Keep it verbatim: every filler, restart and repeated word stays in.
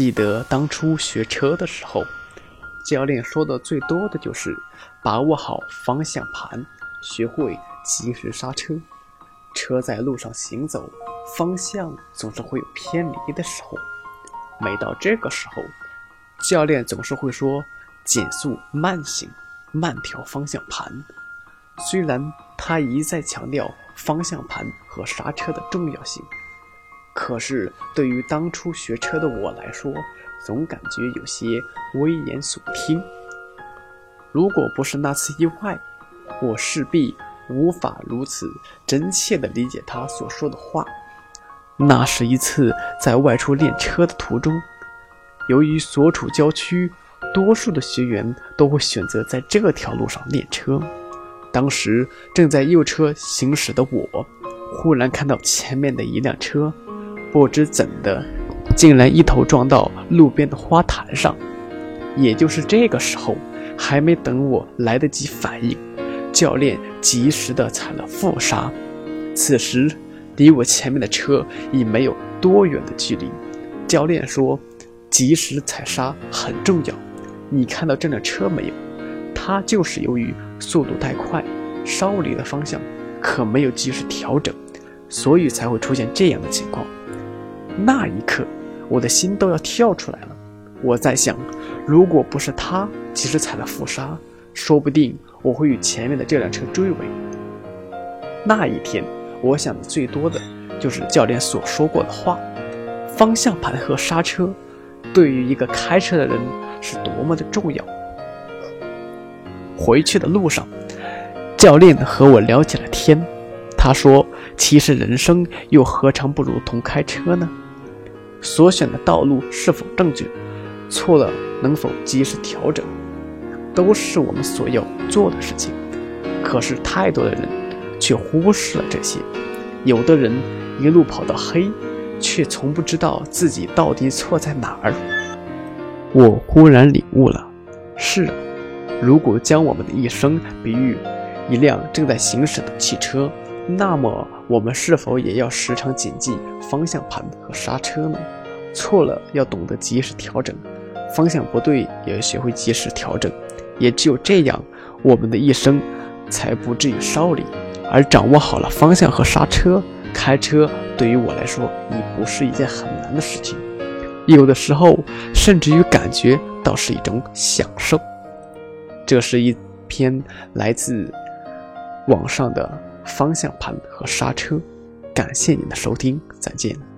记得当初学车的时候，教练说的最多的就是把握好方向盘，学会及时刹车。车在路上行走，方向总是会有偏离的时候。每到这个时候，教练总是会说减速慢行，慢调方向盘。虽然他一再强调方向盘和刹车的重要性，可是对于当初学车的我来说，总感觉有些危言耸听。如果不是那次意外，我势必无法如此真切地理解他所说的话。那是一次在外出练车的途中，由于所处郊区，多数的学员都会选择在这条路上练车。当时正在右车行驶的我，忽然看到前面的一辆车，不知怎的竟然一头撞到路边的花坛上。也就是这个时候，还没等我来得及反应，教练及时地踩了副刹。此时离我前面的车已没有多远的距离。教练说及时踩刹很重要，你看到这辆车没有？它就是由于速度太快，稍离了方向，可没有及时调整，所以才会出现这样的情况。那一刻我的心都要跳出来了。我在想，如果不是他及时踩了副刹，说不定我会与前面的这辆车追尾。那一天我想的最多的就是教练所说过的话，方向盘和刹车对于一个开车的人是多么的重要。回去的路上，教练和我聊起了天。他说其实人生又何尝不如同开车呢？所选的道路是否正确，错了能否及时调整，都是我们所要做的事情。可是太多的人却忽视了这些，有的人一路跑到黑，却从不知道自己到底错在哪儿。我忽然领悟了，是啊，如果将我们的一生比喻一辆正在行驶的汽车，那么我们是否也要时常谨记方向盘和刹车呢？错了要懂得及时调整，方向不对也要学会及时调整。也只有这样，我们的一生才不至于稍离。而掌握好了方向和刹车，开车对于我来说已不是一件很难的事情，有的时候甚至于感觉到是一种享受。这是一篇来自网上的方向盘和刹车，感谢您的收听，再见。